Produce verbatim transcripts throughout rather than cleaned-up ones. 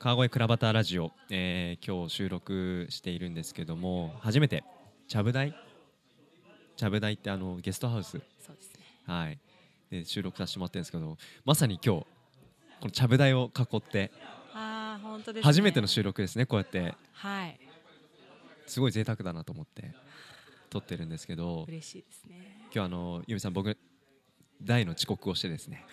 川越倉端ラジオ、えー、今日収録しているんですけども、初めてちゃぶ台ちゃぶ台ってあのゲストハウス、 そうですね、 はい、で収録させてもらってるんですけど、まさに今日このちゃぶ台を囲ってあー本当ですね、 初めての収録ですね。こうやってはい、 すごい贅沢だなと思って撮ってるんですけど、 嬉しいですね。 今日あの由美さん、僕大の遅刻をしてですね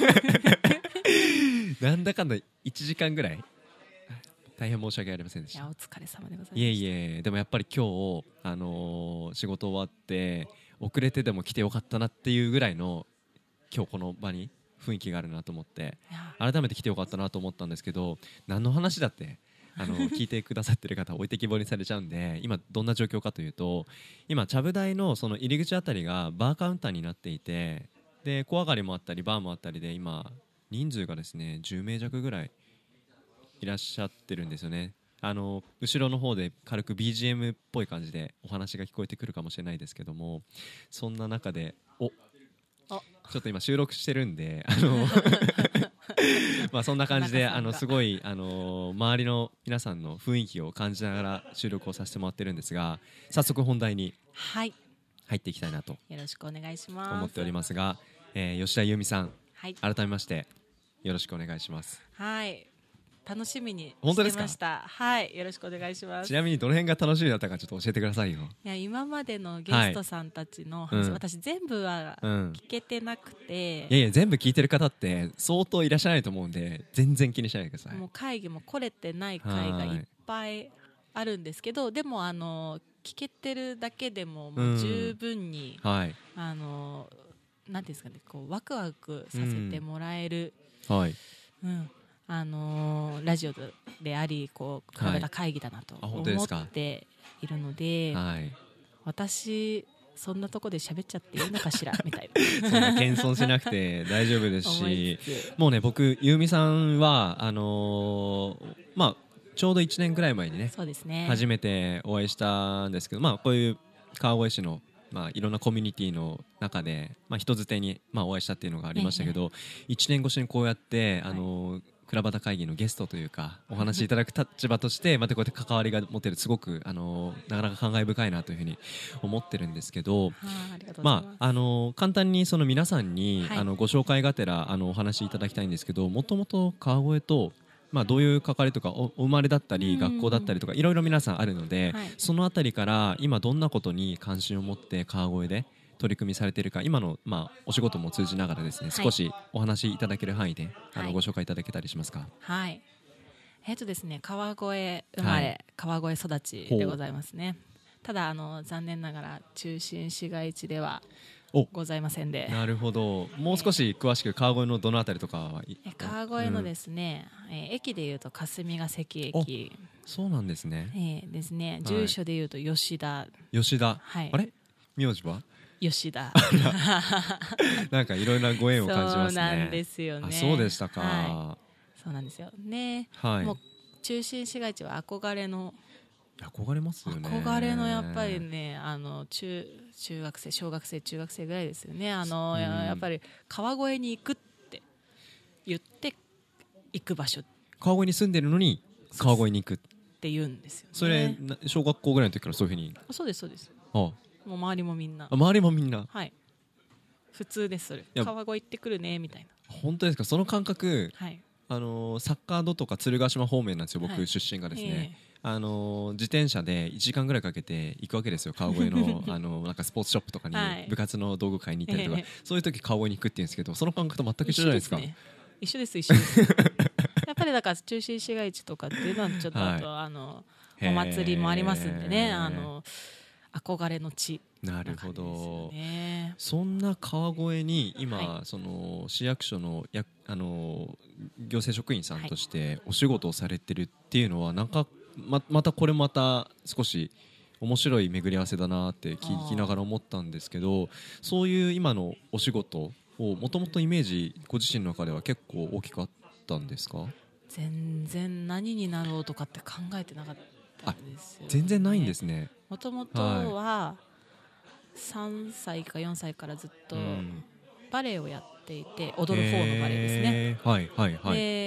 なんだかんだいちじかんぐらい大変申し訳ありませんでした。 いやお疲れ様でございました。 いえいえ、でもやっぱり今日、あのー仕事終わって遅れてでも来てよかったなっていうぐらいの今日この場に雰囲気があるなと思って、 いや改めて来てよかったなと思ったんですけど、何の話だってあの聞いてくださってる方は置いてきぼりにされちゃうんで、今どんな状況かというと、今ちゃぶ台のその入り口あたりがバーカウンターになっていて、で小上がりもあったりバーもあったりで、今人数がですねじゅうめい弱ぐらいいらっしゃってるんですよね。あの後ろの方で軽く ビージーエム っぽい感じでお話が聞こえてくるかもしれないですけども、そんな中でおちょっと今収録してるんで、あのまあそんな感じで、あのすごいあの周りの皆さんの雰囲気を感じながら収録をさせてもらってるんですが、早速本題にはい入っていきたいなとよろしくお願いします。 思っておりますが、えー吉田由美さん、 はい改めましてよろしくお願いします。 はい楽しみに本当ですかしてました。はいよろししくお願いします。 ちなみにどの辺が楽しみだったかちょっと教えてくださいよ。 いや今までのゲストさんたちの話、 うん私全部はうん聞けてなくて、 いやいや、全部聞いてる方って相当いらっしゃらないと思うんで、全然気にしないでください。 もう会議も来れてない会がいっぱいあるんですけど、でもあの聞けてるだけでももう十分に、 はいあのなんていうんですかね、こうワクワクさせてもらえる、 はいうんあのラジオであり、こう比べた会議だなとあ思本当ですかっているので、 はい私そんなとこで喋っちゃっていいのかしらみたいなそんな謙遜しなくて大丈夫です思いし、 つつもうね、僕ゆうみさんはあのーまあちょうどいちねんぐらい前にねそうですね、 初めてお会いしたんですけど、まあこういう川越市のまあいろんなコミュニティの中で、まあ人づてにまあお会いしたっていうのがありましたけど、いちねん越しにこうやってあのー倉端会議のゲストというかお話しいただく立場としてまたこうやって関わりが持てる、すごくあのなかなか感慨深いなというふうに思ってるんですけど、 はあ、ありがとうございます。 まああの簡単にその皆さんに、 はいあのご紹介がてらあのお話しいただきたいんですけど、もともと川越とまあどういう関わりとか お, お生まれだったりうん学校だったりとかいろいろ皆さんあるので、 はいそのあたりから今どんなことに関心を持って川越で取り組みされているか、今のまあお仕事も通じながらですね、 はい少しお話しいただける範囲であはいのご紹介いただけたりしますか。 はいえっとですね、川越生まれ、 はい川越育ちでございますね。ただあの残念ながら中心市街地ではおございませんで、 なるほど、もう少し詳しく川越のどのあたりとかはいえ川越のですね、えー駅でいうと霞ヶ関駅、 そうなんですね。 えーですね、 はい住所でいうと吉田、 吉田、 はいあれ名字は吉田なんかいろいろなご縁を感じますね。 そうなんですよね。 あ、そうでしたか。 はそうなんですよね、 はい。 もう中心市街地は憧れの憧れますよね。 憧れのやっぱりね、あの 中, 中学生小学生中学生ぐらいですよね。あの、 うん、 やっぱり川越に行くって言って行く場所っ川越に住んでるのに川越に行くて言うんですよね。 それな小学校ぐらいの時からそういうふうに。 そうですそうです。 あもう周りもみんな、 あ、周りもみんな。 はい、普通です。それや川越行ってくるねみたいな。 本当ですか。その感覚、 はいあのーサッカードとか鶴ヶ島方面なんですよ、僕、 はい出身がですね、 えあのー自転車でいちじかんぐらいかけて行くわけですよ、川越の、あのーなんかスポーツショップとかにはい部活の道具買いに行ったりとか、 ええそういう時川越に行くって言うんですけど、その感覚と全く一緒じゃないですか。 ね、一緒です一緒ですやっぱりだから中心市街地とかっていうのはちょっと、 はいあとあのお祭りもありますんでね、 へーあの憧れの地なるほど、 な感じですよね。 そんな川越に今、 はいその市役所のやあの行政職員さんとしてお仕事をされてるっていうのは、なんか ま, またこれまた少し面白い巡り合わせだなって聞きながら思ったんですけど、そういう今のお仕事をもともとイメージご自身の中では結構大きかったんですか。 全然何になろうとかって考えてなかったんですよ、ね、 全然ないんですね。 もともとはさんさいかよんさいからずっとうんバレエをやっていて、踊る方のバレエですね。 へーはいはいはい。 で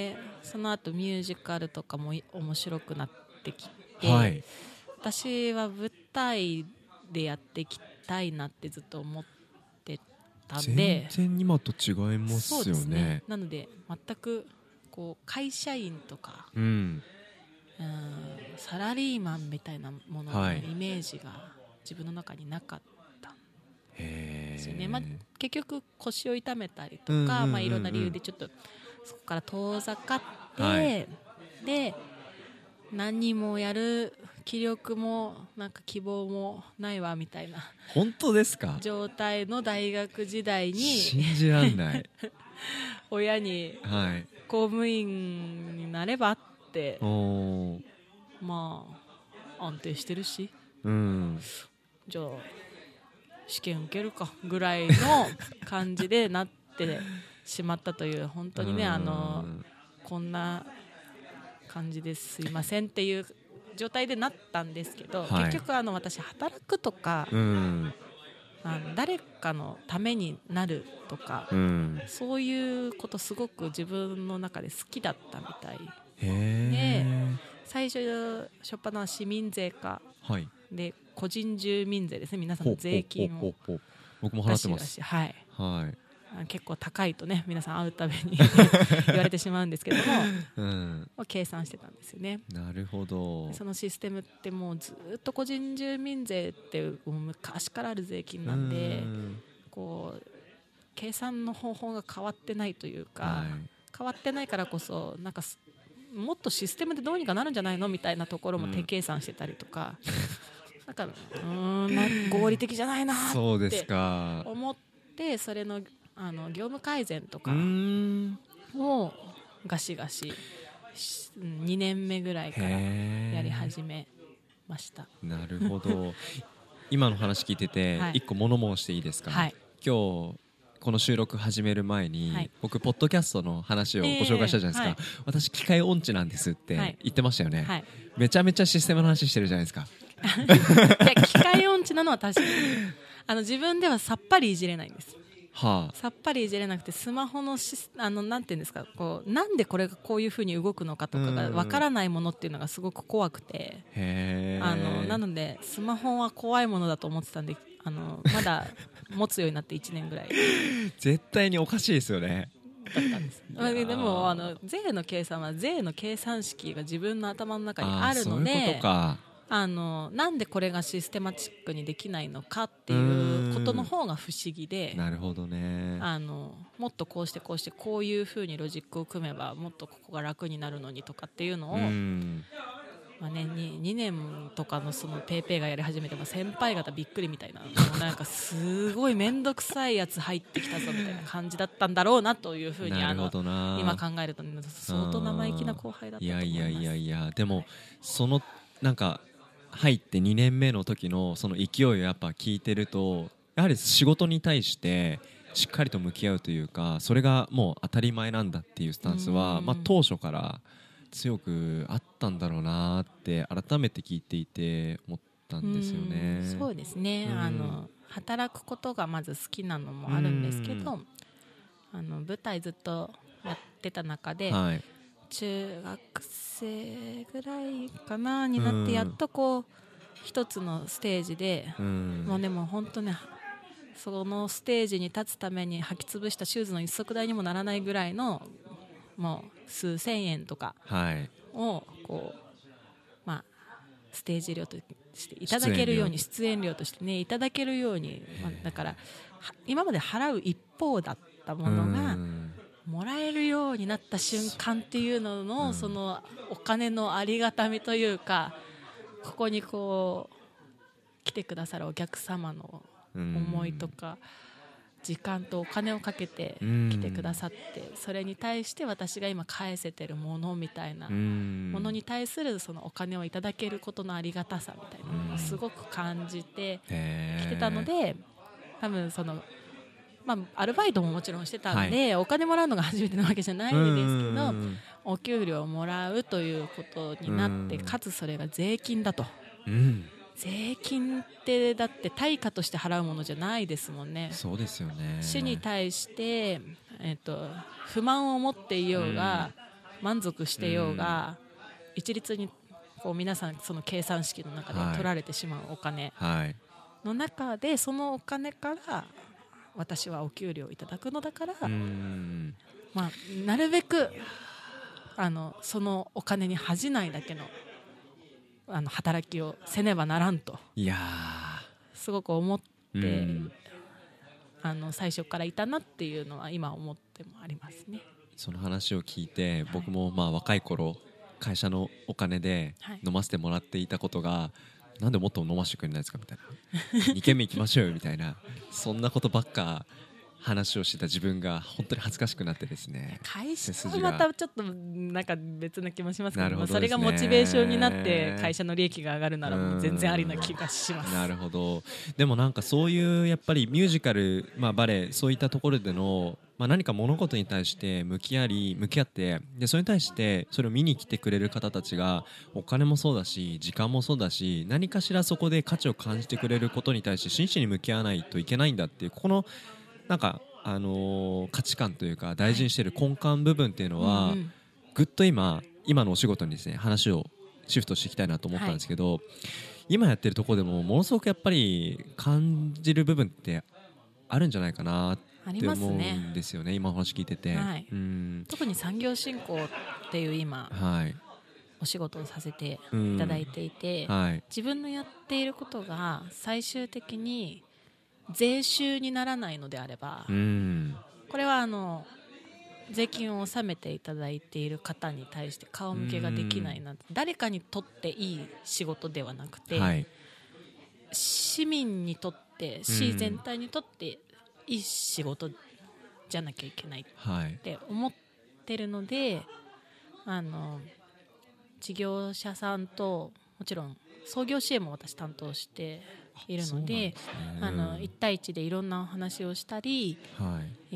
その後ミュージカルとかも面白くなってきて、 はい、 私は舞台でやっていきたいなってずっと思ってたんで、 全然今と違いますよね。 そうですね。なので全くこう会社員とか、 うん、 うんサラリーマンみたいなもののイメージが自分の中になかったんですよね。まあ、結局腰を痛めたりとか、うんうんうんうん、まあ、いろんな理由でちょっとそこから遠ざかって、はい、で何もやる気力もなんか希望もないわみたいな本当ですか状態の大学時代に信じらんない親に公務員になればって、はい、まあ安定してるし、うん、じゃあ試験受けるかぐらいの感じでなってしまったという本当にねあのこんな感じですいませんっていう状態でなったんですけど、はい、結局あの私働くとか、うん、あの誰かのためになるとか、うん、そういうことすごく自分の中で好きだったみたいで、最初初っ端は市民税課、はい、で個人住民税ですね。皆さんの税金を僕も払ってます。 はい、はい、結構高いとね皆さん会うたびに言われてしまうんですけども、うん、計算してたんですよね。 なるほど。 そのシステムってもうずっと個人住民税って昔からある税金なんで、んこう計算の方法が変わってないというか、はい、変わってないからこそなんかもっとシステムでどうにかなるんじゃないのみたいなところも手計算してたりとか、うん、だからうーん合理的じゃないなって思ってそれのあの業務改善とかをガシガシにねんめぐらいからやり始めました。 なるほど今の話聞いてて、はい、いっこ物申していいですか、はい、今日この収録始める前に、はい、僕ポッドキャストの話をご紹介したじゃないですか、えーはい、私機械音痴なんですって言ってましたよね、はい、めちゃめちゃシステムの話してるじゃないですかいや機械音痴なのは確かにあの自分ではさっぱりいじれないんです、はあ、さっぱりいじれなくてスマホのしあのなんていうんですかこうなんでこれがこういう風に動くのかとかがわからないものっていうのがすごく怖くて、へあのなのでスマホは怖いものだと思ってたんであのまだ持つようになっていちねんぐらい絶対におかしいですよねだったんですでもあの税の計算は税の計算式が自分の頭の中にあるので、そういうことか。あのなんでこれがシステマチックにできないのかっていうことの方が不思議で、 なるほどね。 あのもっとこうしてこうしてこういう風にロジックを組めばもっとここが楽になるのにとかっていうのをまあね、に, にねんとかのそのペイペイがやり始めても先輩方びっくりみたいなもうなんかすごい面倒くさいやつ入ってきたぞみたいな感じだったんだろうなというふうにあの今考えると、ね、相当生意気な後輩だったと思います。 いやいやいやいやでもそのなんか入ってにねんめの時のその勢いをやっぱ聞いてるとやはり仕事に対してしっかりと向き合うというかそれがもう当たり前なんだっていうスタンスは、まあ、当初から強くあったんだろうなって改めて聞いていて思ったんですよね。 うそうですね、あの働くことがまず好きなのもあるんですけどあの舞台ずっとやってた中で、はい、中学生ぐらいかなになってやっとこう一つのステージでもうでも本当ねそのステージに立つために履き潰したシューズの一足代にもならないぐらいのもう数千円とかをこう、まあ、ステージ料としていただけるように出演料としてねいただけるように、まあ、だから今まで払う一方だったものがもらえるようになった瞬間っていうののそのお金のありがたみというかここにこう来てくださるお客様の思いとか時間とお金をかけて来てくださってそれに対して私が今返せてるものみたいなものに対するそのお金をいただけることのありがたさみたいなのをすごく感じてきてたので多分そのまあアルバイトももちろんしてたんでお金もらうのが初めてなわけじゃないんですけどお給料をもらうということになってかつそれが税金だと税金ってだって対価として払うものじゃないですもんね。 そうですよね。 市に対して、えーと、不満を持っていようが、 満足してようが、うん、一律にこう皆さんその計算式の中で取られてしまうお金の中で、そのお金から私はお給料をいただくのだから、うん、まあ、なるべくあのそのお金に恥じないだけのあの働きをせねばならんと、いやすごく思って、うん、あの最初からいたなっていうのは今思ってもありますね。 その話を聞いて、僕もまあ若い頃会社のお金で飲ませてもらっていたことが、はい、なんでもっと飲ませてくれないですかみたいなに軒目行きましょうよみたいなそんなことばっか話をしてた自分が本当に恥ずかしくなってですね、 会社はまたちょっとなんか別な気もしますけど、どそれがモチベーションになって会社の利益が上がるならもう全然ありな気がします。 なるほど。でもなんかそういうやっぱりミュージカル、まあ、バレエそういったところでの、まあ、何か物事に対して向き合い向き合ってでそれに対してそれを見に来てくれる方たちがお金もそうだし時間もそうだし何かしらそこで価値を感じてくれることに対して真摯に向き合わないといけないんだっていうここのなんかあのー、価値観というか大事にしている根幹部分っていうのは、はい、ぐっと今今のお仕事にですね話をシフトしていきたいなと思ったんですけど、はい、今やってるところでもものすごくやっぱり感じる部分ってあるんじゃないかなって思うんですよね、今お話聞いてて、はい、 うん特に産業振興っていう今、はい、お仕事をさせていただいていて、はい、自分のやっていることが最終的に税収にならないのであれば、うん、これはあの税金を納めていただいている方に対して顔向けができないな、誰かにとっていい仕事ではなくて、はい、市民にとって市全体にとっていい仕事じゃなきゃいけないって思ってるので、はい、あの事業者さんともちろん創業支援も私担当しているの で, で、ね、あのいち対いちでいろんなお話をしたり、はい、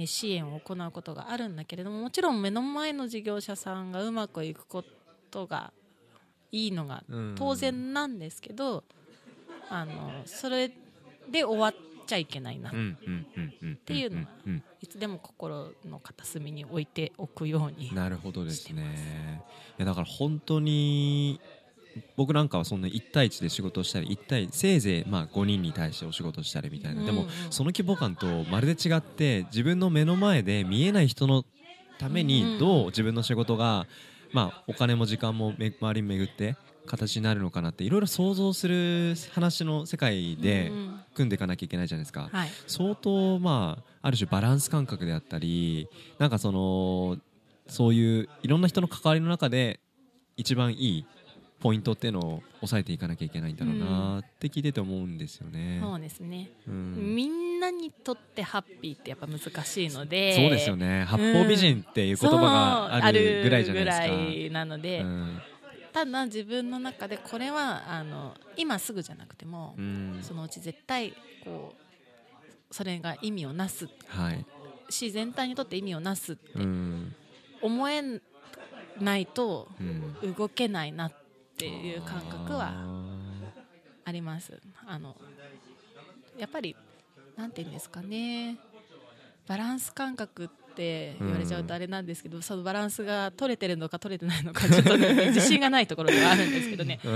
支援を行うことがあるんだけれども、もちろん目の前の事業者さんがうまくいくことがいいのが当然なんですけど、あのそれで終わっちゃいけないなっていうのはいつでも心の片隅に置いておくようにしてます。 なるほどですね。いやだから本当に僕なんかはそんないち対いちで仕事をしたりいち対せいぜいまあごにんに対してお仕事をしたりみたいな、でもその規模感とまるで違って自分の目の前で見えない人のためにどう自分の仕事がまあお金も時間も周りに巡って形になるのかなっていろいろ想像する話の世界で組んでいかなきゃいけないじゃないですか、はい、相当まあある種バランス感覚であったりなんかそのそういういろんな人の関わりの中で一番いいポイントっていうのを抑えていかなきゃいけないんだろうなって聞いてて思うんですよね、 うん、そうですね、うん、みんなにとってハッピーってやっぱ難しいので、 そうですよね、八方美人っていう言葉があるぐらいじゃないですか、 あるぐらいなので、うん、ただ自分の中でこれはあの今すぐじゃなくても、うん、そのうち絶対こうそれが意味をなす、はい、市全体にとって意味をなすって思えないと動けないなっていう感覚はあります。あのやっぱりなんていうんですかね、バランス感覚って言われちゃうとあれなんですけど、うん、そのバランスが取れてるのか取れてないのかちょっと、ね、自信がないところではあるんですけどね、うん、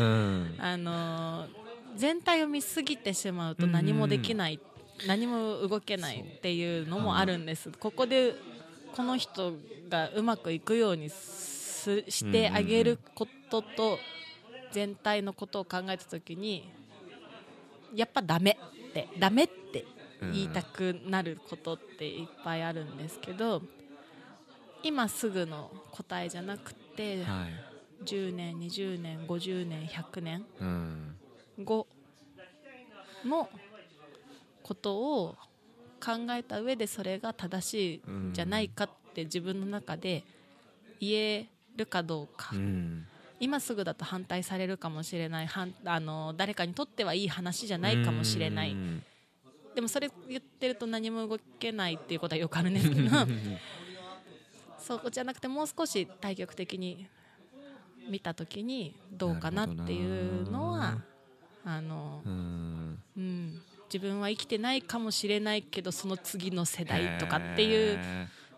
あの全体を見すぎてしまうと何もできない、うん、何も動けないっていうのもあるんです。ここでこの人がうまくいくようにすしてあげることと全体のことを考えたときにやっぱダメってダメって言いたくなることっていっぱいあるんですけど、今すぐの答えじゃなくて、はい、じゅうねんにじゅうねんごじゅうねんひゃくねんごのことを考えた上でそれが正しいんじゃないかって自分の中で言えるかどうか、うん、今すぐだと反対されるかもしれない、あの誰かにとってはいい話じゃないかもしれない、うん、でもそれ言ってると何も動けないっていうことはよくあるんですけどそこじゃなくてもう少し対極的に見たときにどうかなっていうのはあの、うんうん、自分は生きてないかもしれないけどその次の世代とかっていう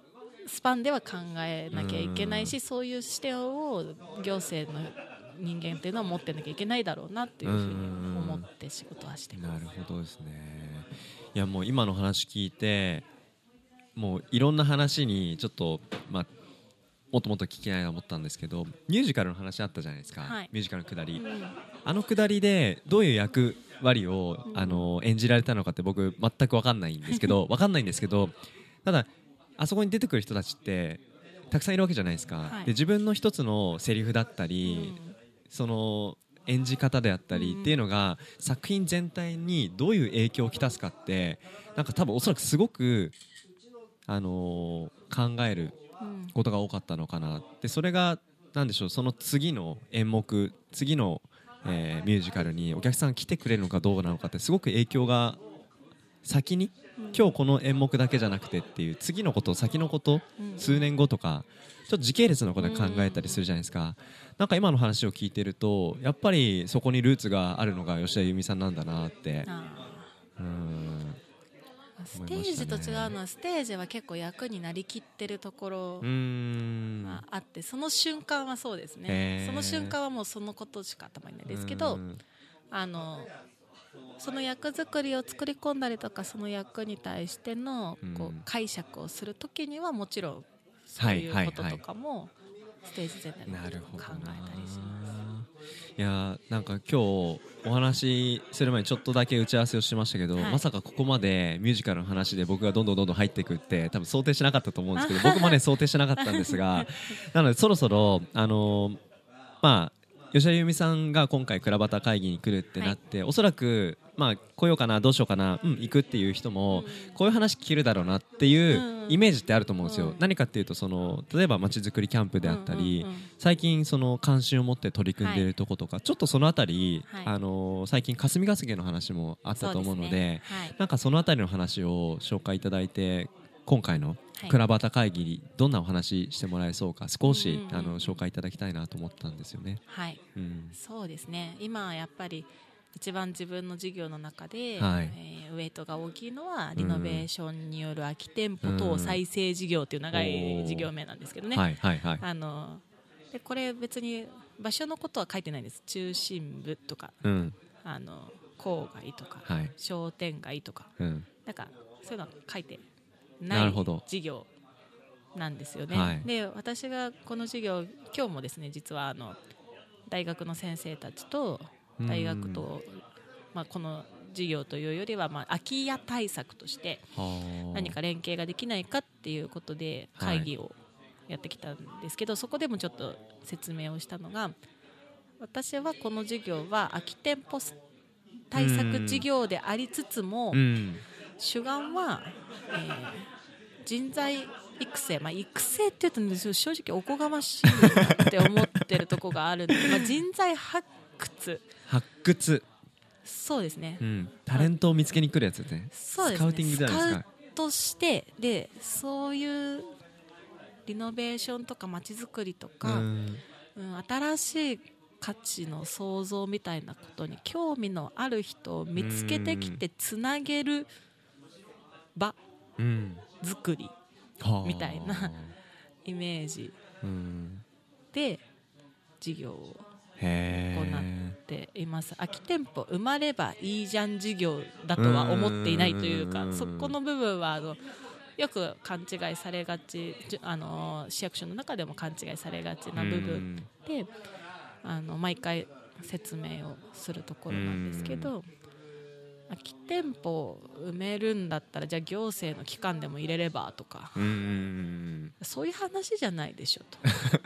スパンでは考えなきゃいけないし、そういう視点を行政の人間っていうのは持ってなきゃいけないだろうなっていうふうに思って仕事はしてます。 なるほどですね。いやもう今の話聞いてもういろんな話にちょっと、まあ、もっともっと聞きたいと思ったんですけど、ミュージカルの話あったじゃないですか、はい、ミュージカルのくだり、うん、あのくだりでどういう役割を、うん、あの演じられたのかって僕全く分かんないんですけど分かんないんですけどただあそこに出てくる人たちってたくさんいるわけじゃないですか、はい、で自分の一つのセリフだったり、うん、その演じ方であったりっていうのが、うん、作品全体にどういう影響をきたすかってなんか多分おそらくすごく、あのー、考えることが多かったのかな。でそれがなんでしょう、その次の演目次の、えー、ミュージカルにお客さん来てくれるのかどうなのかってすごく影響が先に、うん、今日この演目だけじゃなくてっていう次のこと先のこと、うん、数年後とかちょっと時系列のことで考えたりするじゃないですか、うん、なんか今の話を聞いてるとやっぱりそこにルーツがあるのが吉田由美さんなんだなって。うんステージと違うのはステージは結構役になりきってるところがあってその瞬間はそうですね、その瞬間はもうそのことしか頭にないですけど、あのその役作りを作り込んだりとかその役に対してのこう解釈をするときにはもちろんそういうこととかもステージ全体で考えたりします。 いやなんか今日お話しする前にちょっとだけ打ち合わせをしましたけど、はい、まさかここまでミュージカルの話で僕がどんどんどんどん入っていくって多分想定しなかったと思うんですけど僕もね想定しなかったんですがなのでそろそろあのー、まあ吉田由美さんが今回倉端会議に来るってなって、はい、おそらくまあ来ようかなどうしようかな、うん、行くっていう人も、うん、こういう話聞けるだろうなっていうイメージってあると思うんですよ、うん、何かっていうとその例えばまちづくりキャンプであったり、うんうんうん、最近その関心を持って取り組んでいるとことか、はい、ちょっとそのあたり、はい、あのー、最近霞が関の話もあったと思うので、ねはい、なんかそのあたりの話を紹介いただいて今回の倉端会議にどんなお話してもらえそうか少し、うんうんうん、あの紹介いただきたいなと思ったんですよね。 はい、うん、そうですね。今やっぱり一番自分の事業の中で、 はいえー、ウェイトが大きいのはリノベーションによる空き店舗等再生事業という長い事業名なんですけどね、 はいはいはい、 あのでこれ別に場所のことは書いてないんです。中心部とか、 うん、 あの郊外とか、はい、商店街とか、うん、なんかそういうのは書いてない事業なんですよね、はい、で私がこの事業今日もですね実はあの大学の先生たちと大学と、まあ、この事業というよりは、まあ、空き家対策として何か連携ができないかっていうことで会議をやってきたんですけど、はい、そこでもちょっと説明をしたのが私はこの事業は空き店舗対策事業でありつつも主眼は、えー、人材育成、まあ、育成って言うと正直おこがましいなって思ってるところがあるんで、まあ、人材発掘発掘そうですね、 うん、タレントを見つけに来るやつですね。 そうですね、 スカウティングじゃないですか。 スカウトしてでそういうリノベーションとか街づくりとか、うんうん、新しい価値の創造みたいなことに興味のある人を見つけてきてつなげる場作りみたいなイメージで事業を行っています。空き店舗生まればいいじゃん事業だとは思っていないというか、そこの部分はあのよく勘違いされがち、あの市役所の中でも勘違いされがちな部分であの毎回説明をするところなんですけど、空き店舗を埋めるんだったらじゃあ行政の機関でも入れればとか、うーんそういう話じゃないでしょと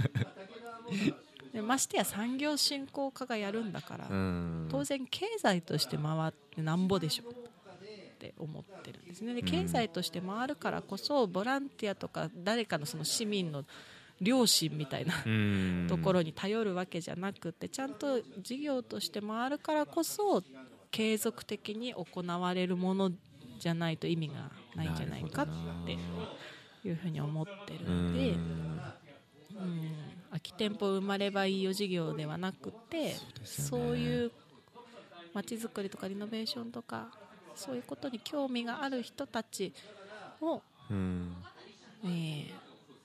でましてや産業振興課がやるんだから当然経済として回ってなんぼでしょって思ってるんですね。で経済として回るからこそボランティアとか誰かのその市民の良心みたいなところに頼るわけじゃなくてちゃんと事業として回るからこそ継続的に行われるものじゃないと意味がないんじゃないかっていうふうに思ってるので、うん、空き店舗生まればいいよ事業ではなくて そ, う、ね、そういう街づくりとかリノベーションとかそういうことに興味がある人たちを、うんえー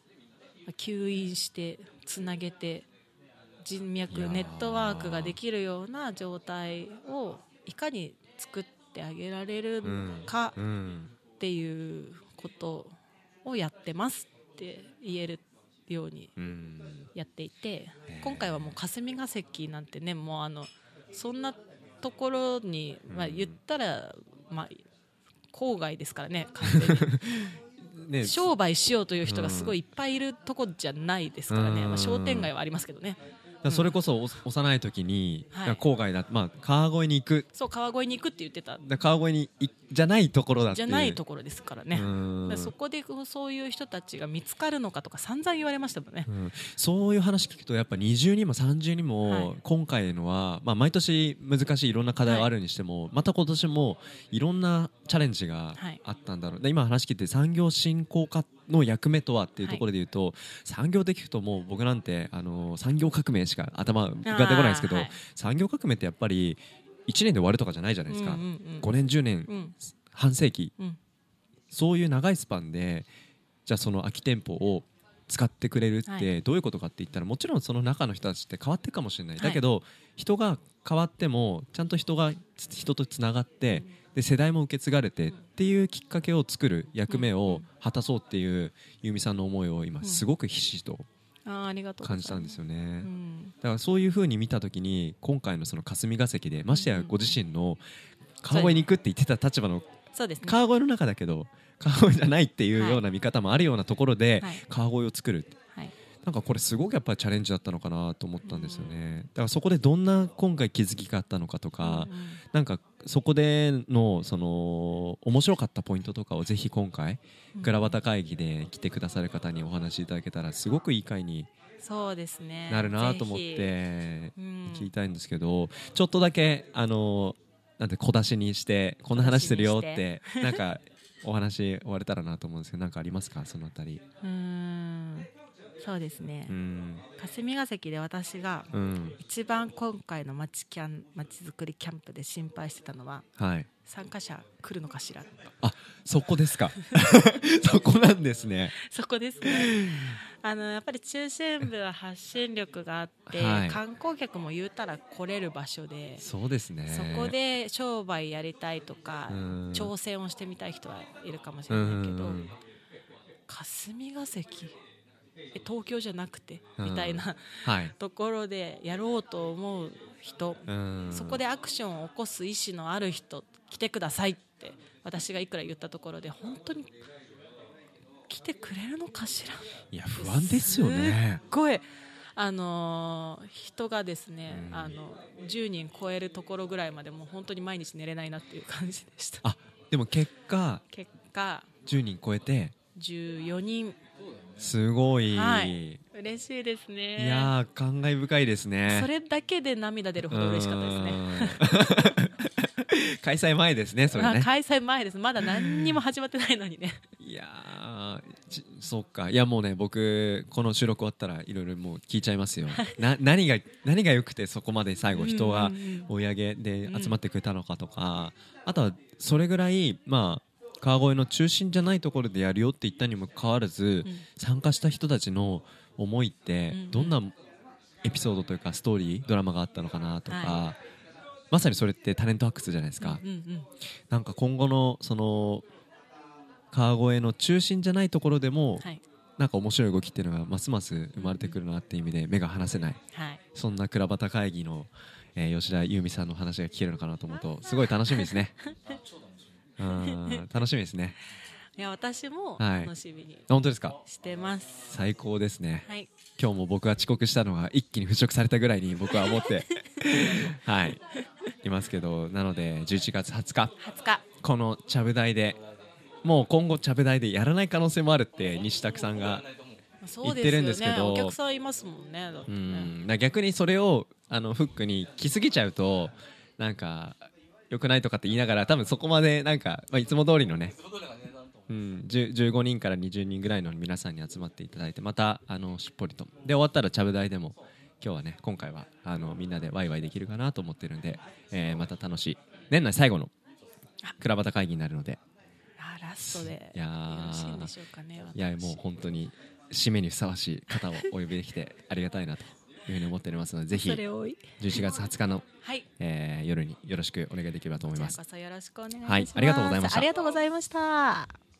吸引してつなげて人脈ネットワークができるような状態をいかに作ってあげられるかっていうことをやってますって言えるようにやっていて、今回はもう霞が関なんてね、もうあのそんなところに、まあ、言ったら、まあ、郊外ですからね、完全にね、商売しようという人がすごいいっぱいいるとこじゃないですからね、まあ、商店街はありますけどね。 それこそ幼い時に、はい、郊外だ、まあ、川越に行く、 そう川越に行くって言ってた、 川越にじゃないところだっていう、 じゃないところですからね。からそこでそういう人たちが見つかるのかとか散々言われましたもんね、うん、 そういう話聞くとやっぱにじゅうにもさんじゅうにも今回のは、まあ、毎年難しいいろんな課題はあるにしても、はい、また今年もいろんなチャレンジがあったんだろう、はい、で今話聞いて産業振興課の役目とはっていうところで言うと、はい、産業で聞くともう僕なんてあの産業革命しか頭が出てこないですけど、はい、産業革命ってやっぱりいちねんで終わるとかじゃないじゃないですか、うんうんうん、ごねんじゅうねん、うん、半世紀、うん、そういう長いスパンでじゃあその空き店舗を使ってくれるってどういうことかって言ったら、もちろんその中の人たちって変わってるかもしれない、はい、だけど人が変わってもちゃんと人が人とつながって、うんで世代も受け継がれてっていうきっかけを作る役目を果たそうっていう由美さんの思いを今すごくひしひしと感じたんですよね。だからそういう風に見た時に今回のその霞が関でましてやご自身の川越に行くって言ってた立場の川越の中だけど川越じゃないっていうような見方もあるようなところで川越を作る、なんかこれすごくやっぱりチャレンジだったのかなと思ったんですよね。だからそこでどんな今回気づきがあったのかとか、うんうん、なんかそこでのその面白かったポイントとかをぜひ今回倉端会議で来てくださる方にお話しいただけたらすごくいい会になるなと思って聞きたいんですけど、ちょっとだけあのなんて小出しにしてこんな話するよってなんかお話終われたらなと思うんですけど、なんかありますかそのあたり。 うーんそうですね、うん、霞が関で私が一番今回の町キャン町づくりキャンプで心配してたのは、はい、参加者来るのかしらと。 あ、そこですかそこなんですね。 そこですね。あのやっぱり中心部は発信力があって、はい、観光客も言うたら来れる場所で、 そうですね、 そこで商売やりたいとか挑戦をしてみたい人はいるかもしれないけど、霞が関東京じゃなくてみたいな、うんはい、ところでやろうと思う人、そこでアクションを起こす意思のある人来てくださいって私がいくら言ったところで本当に来てくれるのかしら。 いや不安ですよね。 すっごいあのー、人がですね、うん、あのじゅうにん超えるところぐらいまでもう本当に毎日寝れないなっていう感じでした。 あでも結果結果じゅうにん超えてじゅうよにん、 すごい、 はい、嬉しいですね。 いや感慨深いですね。 それだけで涙出るほど嬉しかったですね開催前ですねそれね。 開催前です。まだ何にも始まってないのにねいやそうか。いやもうね僕この収録終わったらいろいろもう聞いちゃいますよな何が何が良くてそこまで最後人が追い上げで集まってくれたのかとか、うん、あとはそれぐらいまあ川越の中心じゃないところでやるよって言ったにもかかわらず、うん、参加した人たちの思いってどんなエピソードというかストーリードラマがあったのかなとか、はい、まさにそれってタレント発掘じゃないですか、うんうんうん、なんか今後のその川越の中心じゃないところでも、はい、なんか面白い動きっていうのがますます生まれてくるなっていう意味で目が離せない、はい、そんな倉端会議の、えー、吉田由美さんの話が聞けるのかなと思うとすごい楽しみですねあ楽しみですね。 いや私も楽しみに本当ですか。 してます。 最高ですね、はい、今日も僕が遅刻したのが一気に払拭されたぐらいに僕は思ってはいいますけど、なのでじゅういちがつはつかこのちゃぶ台でもう今後ちゃぶ台でやらない可能性もあるって西拓さんが言ってるんですけど、 そうですよね、お客さんいますもんね。だってね、 うん逆にそれをあのフックに来すぎちゃうとなんか良くないとかって言いながら多分そこまでなんか、まあ、いつも通りのね、うん、じゅうごにんからにじゅうにんぐらいの皆さんに集まっていただいてまたあのしっぽりとで終わったらちゃぶ台でも今日はね今回はあのみんなでワイワイできるかなと思ってるんで、えー、また楽しい年内最後の倉端会議になるのであラストでいやよろしいんでしょうかね。 いやもう本当に締めにふさわしい方をお呼びできてありがたいなというふうに思っておりますので、ぜひじゅういちがつはつかの、はいえー、夜によろしくお願いできればと思います。 こちらこそよろしくお願いします。 はい、ありがとうございました。 ありがとうございました。